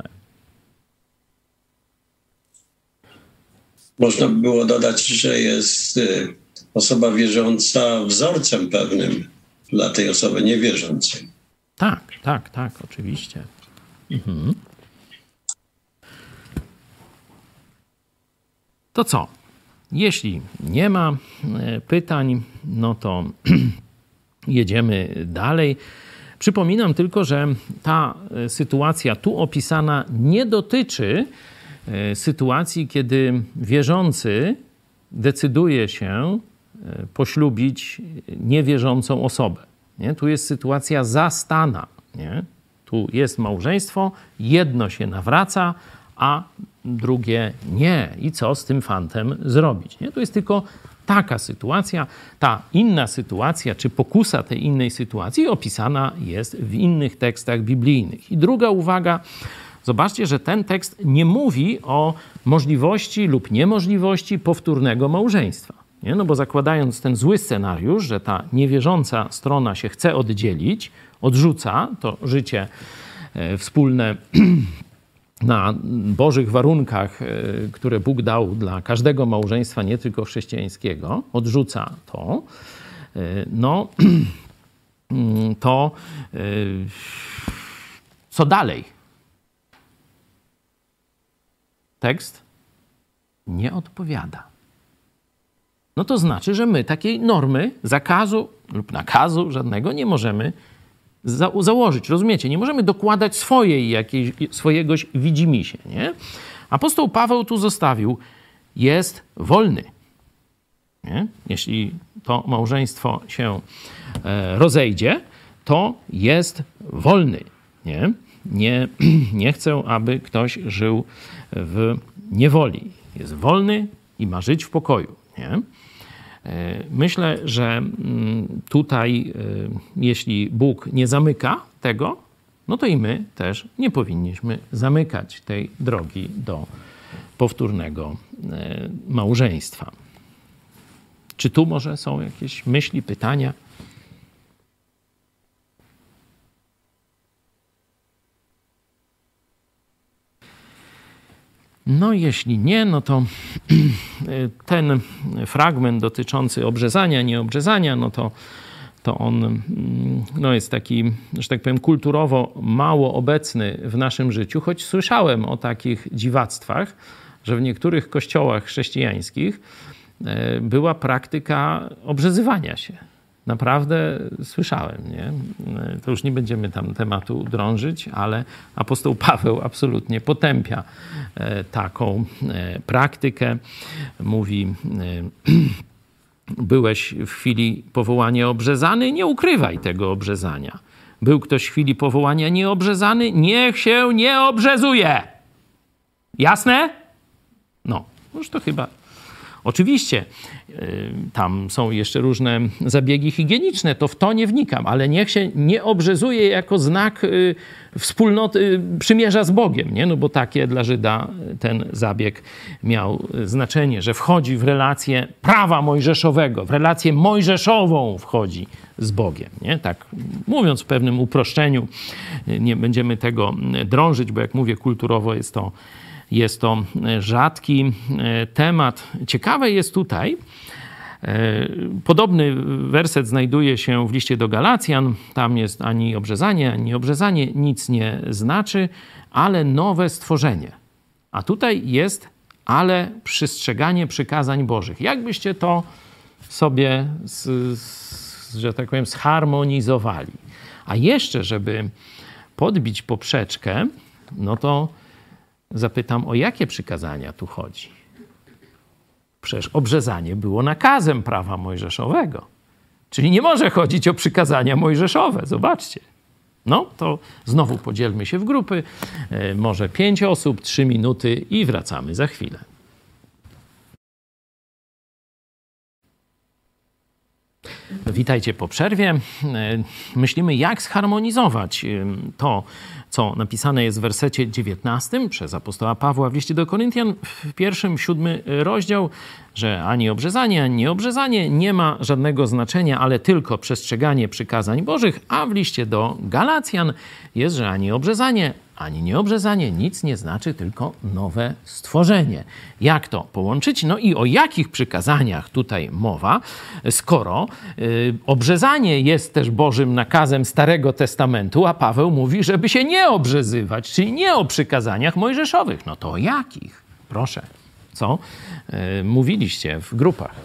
Można by było dodać, że jest osoba wierząca wzorcem pewnym dla tej osoby niewierzącej. Tak, tak, tak, oczywiście. Mhm. To co? Jeśli nie ma pytań, no to jedziemy dalej. Przypominam tylko, że ta sytuacja tu opisana nie dotyczy sytuacji, kiedy wierzący decyduje się poślubić niewierzącą osobę. Nie? Tu jest sytuacja zastana. Nie? Tu jest małżeństwo, jedno się nawraca, a drugie nie. I co z tym fantem zrobić? Nie? To jest tylko taka sytuacja. Ta inna sytuacja, czy pokusa tej innej sytuacji opisana jest w innych tekstach biblijnych. I druga uwaga, zobaczcie, że ten tekst nie mówi o możliwości lub niemożliwości powtórnego małżeństwa. Nie? No bo zakładając ten zły scenariusz, że ta niewierząca strona się chce oddzielić, odrzuca to życie wspólne na bożych warunkach, które Bóg dał dla każdego małżeństwa, nie tylko chrześcijańskiego, odrzuca to, no to co dalej? Tekst nie odpowiada. No to znaczy, że my takiej normy, zakazu lub nakazu żadnego nie możemy za- założyć. Rozumiecie? Nie możemy dokładać swojej jakiejś, swojegoś widzimisię, nie? Apostoł Paweł tu zostawił, jest wolny. Nie? Jeśli to małżeństwo się e, rozejdzie, to jest wolny. Nie? Nie, nie chcę, aby ktoś żył w niewoli. Jest wolny i ma żyć w pokoju. Nie? Myślę, że tutaj, jeśli Bóg nie zamyka tego, no to i my też nie powinniśmy zamykać tej drogi do powtórnego małżeństwa. Czy tu może są jakieś myśli, pytania? No jeśli nie, no to ten fragment dotyczący obrzezania, nieobrzezania, no to, to on no jest taki, że tak powiem, kulturowo mało obecny w naszym życiu, choć słyszałem o takich dziwactwach, że w niektórych kościołach chrześcijańskich była praktyka obrzezywania się. Naprawdę słyszałem, nie? To już nie będziemy tam tematu drążyć, ale apostoł Paweł absolutnie potępia taką praktykę. Mówi, byłeś w chwili powołania obrzezany, nie ukrywaj tego obrzezania. Był ktoś w chwili powołania nieobrzezany, niech się nie obrzezuje. Jasne? No, już to chyba... Oczywiście tam są jeszcze różne zabiegi higieniczne, to w to nie wnikam, ale niech się nie obrzezuje jako znak wspólnoty, przymierza z Bogiem, nie? No bo takie dla Żyda ten zabieg miał znaczenie, że wchodzi w relację prawa mojżeszowego, w relację mojżeszową wchodzi z Bogiem, nie? Tak mówiąc w pewnym uproszczeniu, nie będziemy tego drążyć, bo jak mówię, kulturowo jest to Jest to rzadki temat. Ciekawe jest tutaj, podobny werset znajduje się w liście do Galacjan. Tam jest ani obrzezanie, ani nieobrzezanie, nic nie znaczy, ale nowe stworzenie. A tutaj jest ale przestrzeganie przykazań Bożych. Jakbyście to sobie, z, z, że tak powiem, zharmonizowali. A jeszcze, żeby podbić poprzeczkę, no to zapytam, o jakie przykazania tu chodzi? Przecież obrzezanie było nakazem prawa mojżeszowego. Czyli nie może chodzić o przykazania mojżeszowe. Zobaczcie. No to znowu podzielmy się w grupy. Może pięć osób, trzy minuty i wracamy za chwilę. Witajcie po przerwie. Myślimy, jak zharmonizować to, co napisane jest w wersecie dziewiętnastym przez apostoła Pawła w liście do Koryntian, w pierwszym, siódmy rozdział, że ani obrzezanie, ani nieobrzezanie nie ma żadnego znaczenia, ale tylko przestrzeganie przykazań Bożych, a w liście do Galacjan jest, że ani obrzezanie, ani nieobrzezanie nic nie znaczy, tylko nowe stworzenie. Jak to połączyć? No i o jakich przykazaniach tutaj mowa, skoro y, obrzezanie jest też Bożym nakazem Starego Testamentu, a Paweł mówi, żeby się nie obrzezywać, czyli nie o przykazaniach mojżeszowych. No to o jakich? Proszę, co y, mówiliście w grupach?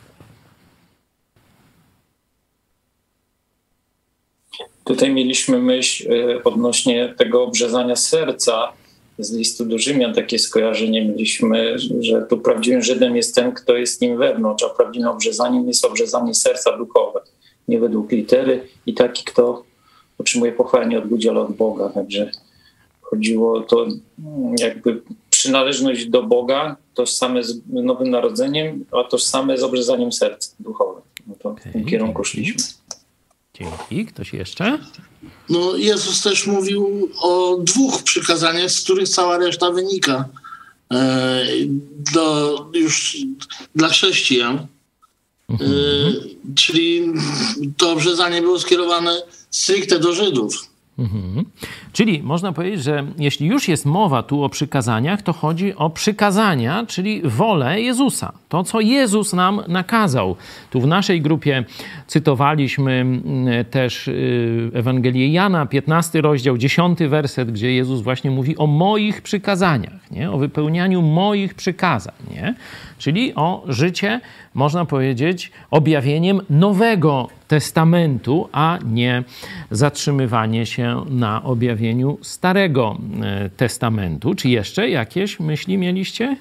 Tutaj mieliśmy myśl odnośnie tego obrzezania serca z listu do Rzymian. Takie skojarzenie mieliśmy, że tu prawdziwym Żydem jest ten, kto jest nim wewnątrz, a prawdziwym obrzezaniem jest obrzezanie serca duchowe, nie według litery i taki, kto otrzymuje pochwałę nie od ludzi, ale od Boga. Także chodziło o to jakby przynależność do Boga, tożsame z Nowym Narodzeniem, a tożsame z obrzezaniem serca duchowym. No to okay, w tym kierunku szliśmy. Dzięki. Ktoś jeszcze? No, Jezus też mówił o dwóch przykazaniach, z których cała reszta wynika. E, do, już dla chrześcijan. E, czyli to obrzezanie było skierowane stricte do Żydów. Mhm. Czyli można powiedzieć, że jeśli już jest mowa tu o przykazaniach, to chodzi o przykazania, czyli wolę Jezusa. To, co Jezus nam nakazał. Tu w naszej grupie cytowaliśmy też Ewangelię Jana, piętnasty rozdział, dziesiąty werset, gdzie Jezus właśnie mówi o moich przykazaniach, nie? O wypełnianiu moich przykazań, nie? Czyli o życie, można powiedzieć, objawieniem Nowego Testamentu, a nie zatrzymywanie się na objawieniu Starego Testamentu. Czy jeszcze jakieś myśli mieliście?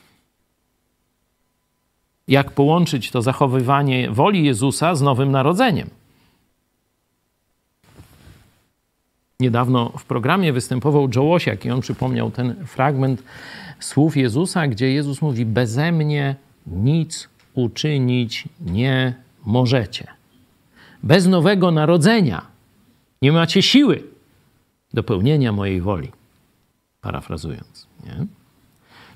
Jak połączyć to zachowywanie woli Jezusa z Nowym Narodzeniem? Niedawno w programie występował Joe Łosiak i on przypomniał ten fragment słów Jezusa, gdzie Jezus mówi: beze mnie nic uczynić nie możecie. Bez nowego narodzenia nie macie siły do pełnienia mojej woli. Parafrazując, nie?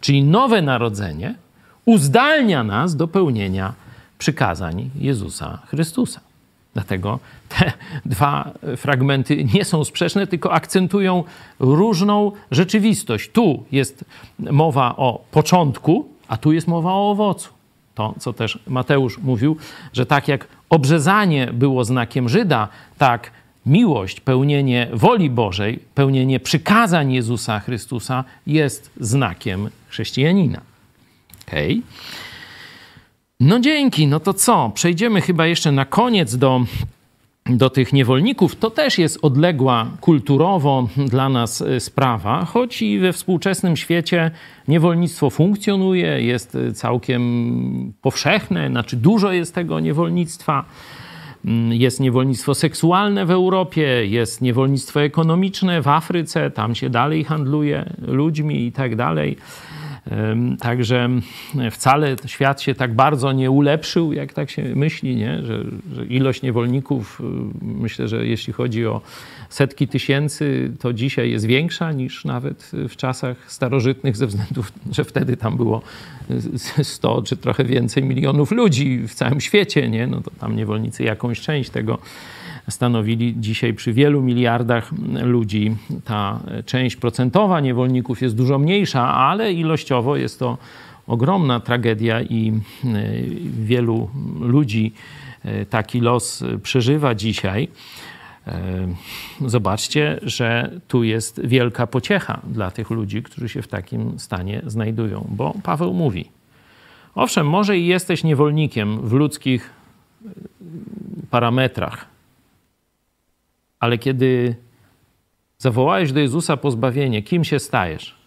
czyli nowe narodzenie, uzdalnia nas do pełnienia przykazań Jezusa Chrystusa. Dlatego te dwa fragmenty nie są sprzeczne, tylko akcentują różną rzeczywistość. Tu jest mowa o początku, a tu jest mowa o owocu. To, co też Mateusz mówił, że tak jak obrzezanie było znakiem Żyda, tak miłość, pełnienie woli Bożej, pełnienie przykazań Jezusa Chrystusa jest znakiem chrześcijanina. Okej. Okay. No dzięki, no to co? Przejdziemy chyba jeszcze na koniec do, do tych niewolników. To też jest odległa kulturowo dla nas sprawa, choć i we współczesnym świecie niewolnictwo funkcjonuje, jest całkiem powszechne, znaczy dużo jest tego niewolnictwa. Jest niewolnictwo seksualne w Europie, jest niewolnictwo ekonomiczne w Afryce, tam się dalej handluje ludźmi i tak dalej. Także wcale świat się tak bardzo nie ulepszył, jak tak się myśli, nie? Że, że ilość niewolników, myślę, że jeśli chodzi o setki tysięcy, to dzisiaj jest większa niż nawet w czasach starożytnych, ze względu, że wtedy tam było sto czy trochę więcej milionów ludzi w całym świecie, nie? No to tam niewolnicy jakąś część tego stanowili. Dzisiaj przy wielu miliardach ludzi ta część procentowa niewolników jest dużo mniejsza, ale ilościowo jest to ogromna tragedia i wielu ludzi taki los przeżywa dzisiaj. Zobaczcie, że tu jest wielka pociecha dla tych ludzi, którzy się w takim stanie znajdują, bo Paweł mówi: owszem, może i jesteś niewolnikiem w ludzkich parametrach, ale kiedy zawołałeś do Jezusa pozbawienie, kim się stajesz?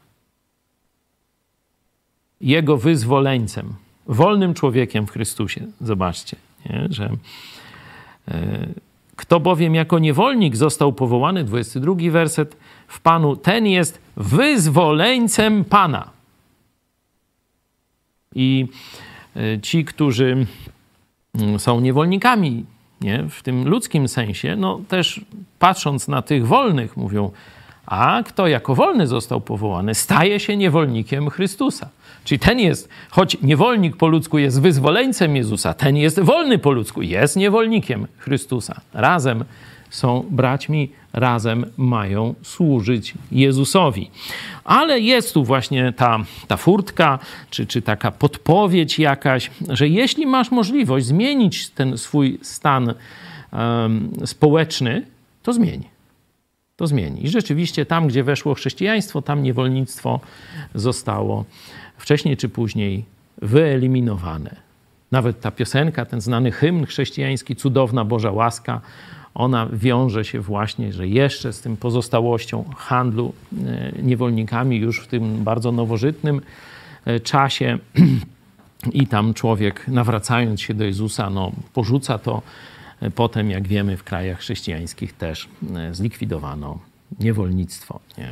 Jego wyzwoleńcem, wolnym człowiekiem w Chrystusie. Zobaczcie, nie? Że e, kto bowiem jako niewolnik został powołany, dwudziesty drugi werset, w Panu, ten jest wyzwoleńcem Pana. I e, ci, którzy są niewolnikami, nie? W tym ludzkim sensie, no też patrząc na tych wolnych, mówią, a kto jako wolny został powołany, staje się niewolnikiem Chrystusa. Czyli ten jest, choć niewolnik po ludzku jest wyzwoleńcem Jezusa, ten jest wolny po ludzku, jest niewolnikiem Chrystusa. Razem są braćmi, razem mają służyć Jezusowi. Ale jest tu właśnie ta, ta furtka, czy, czy taka podpowiedź jakaś, że jeśli masz możliwość zmienić ten swój stan um, społeczny, to zmień. To zmieni. I rzeczywiście tam, gdzie weszło chrześcijaństwo, tam niewolnictwo zostało wcześniej czy później wyeliminowane. Nawet ta piosenka, ten znany hymn chrześcijański, Cudowna Boża łaska, ona wiąże się właśnie, że jeszcze z tym pozostałością handlu niewolnikami już w tym bardzo nowożytnym czasie i tam człowiek, nawracając się do Jezusa, no, porzuca to. Potem, jak wiemy, w krajach chrześcijańskich też zlikwidowano niewolnictwo. Nie?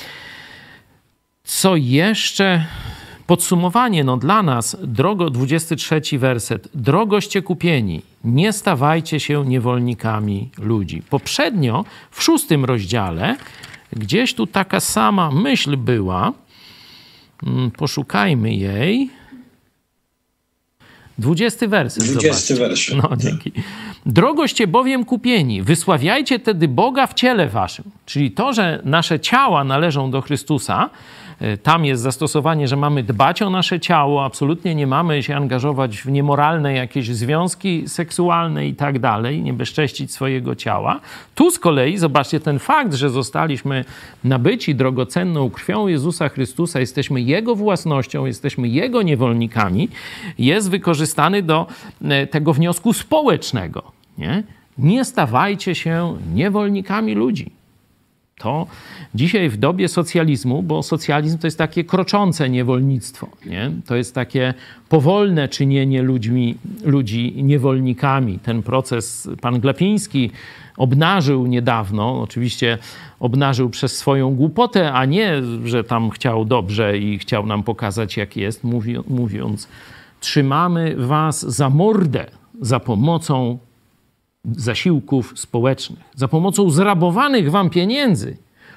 Co jeszcze? Podsumowanie, no dla nas, drogo, dwudziesty trzeci werset. Drogoście kupieni, nie stawajcie się niewolnikami ludzi. Poprzednio, w szóstym rozdziale, gdzieś tu taka sama myśl była. Poszukajmy jej. Dwudziesty werset. Dwudziesty werset. No, dzięki. Drogoście bowiem kupieni, wysławiajcie tedy Boga w ciele waszym. Czyli to, że nasze ciała należą do Chrystusa, tam jest zastosowanie, że mamy dbać o nasze ciało, absolutnie nie mamy się angażować w niemoralne jakieś związki seksualne i tak dalej, nie bezcześcić swojego ciała. Tu z kolei, zobaczcie, ten fakt, że zostaliśmy nabyci drogocenną krwią Jezusa Chrystusa, jesteśmy Jego własnością, jesteśmy Jego niewolnikami, jest wykorzystany do tego wniosku społecznego. Nie, nie stawajcie się niewolnikami ludzi. To dzisiaj w dobie socjalizmu, bo socjalizm to jest takie kroczące niewolnictwo, nie? To jest takie powolne czynienie ludźmi, ludzi niewolnikami. Ten proces pan Glapiński obnażył niedawno, oczywiście obnażył przez swoją głupotę, a nie, że tam chciał dobrze i chciał nam pokazać, jak jest, mówi, mówiąc, trzymamy was za mordę za pomocą zasiłków społecznych, za pomocą zrabowanych wam pieniędzy.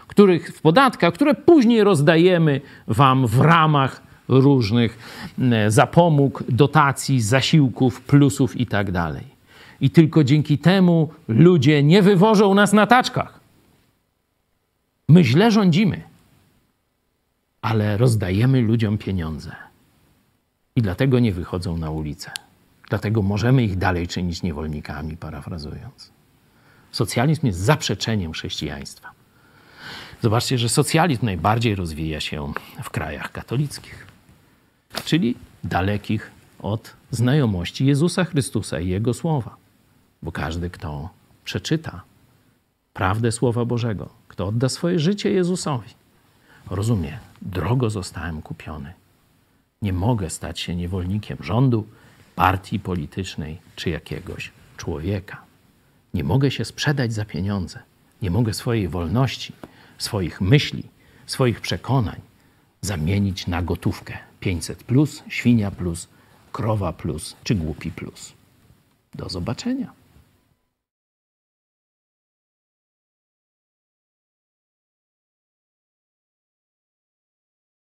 których w podatkach, które później rozdajemy wam w ramach różnych zapomóg, dotacji, zasiłków, plusów i tak dalej. I tylko dzięki temu ludzie nie wywożą nas na taczkach. My źle rządzimy, ale rozdajemy ludziom pieniądze. I dlatego nie wychodzą na ulicę. Dlatego możemy ich dalej czynić niewolnikami, parafrazując. Socjalizm jest zaprzeczeniem chrześcijaństwa. Zobaczcie, że socjalizm najbardziej rozwija się w krajach katolickich, czyli dalekich od znajomości Jezusa Chrystusa i Jego Słowa. Bo każdy, kto przeczyta prawdę Słowa Bożego, kto odda swoje życie Jezusowi, rozumie, drogo zostałem kupiony. Nie mogę stać się niewolnikiem rządu, partii politycznej czy jakiegoś człowieka. Nie mogę się sprzedać za pieniądze. Nie mogę swojej wolności, swoich myśli, swoich przekonań zamienić na gotówkę. pięćset plus, świnia plus, krowa plus czy głupi plus. Do zobaczenia.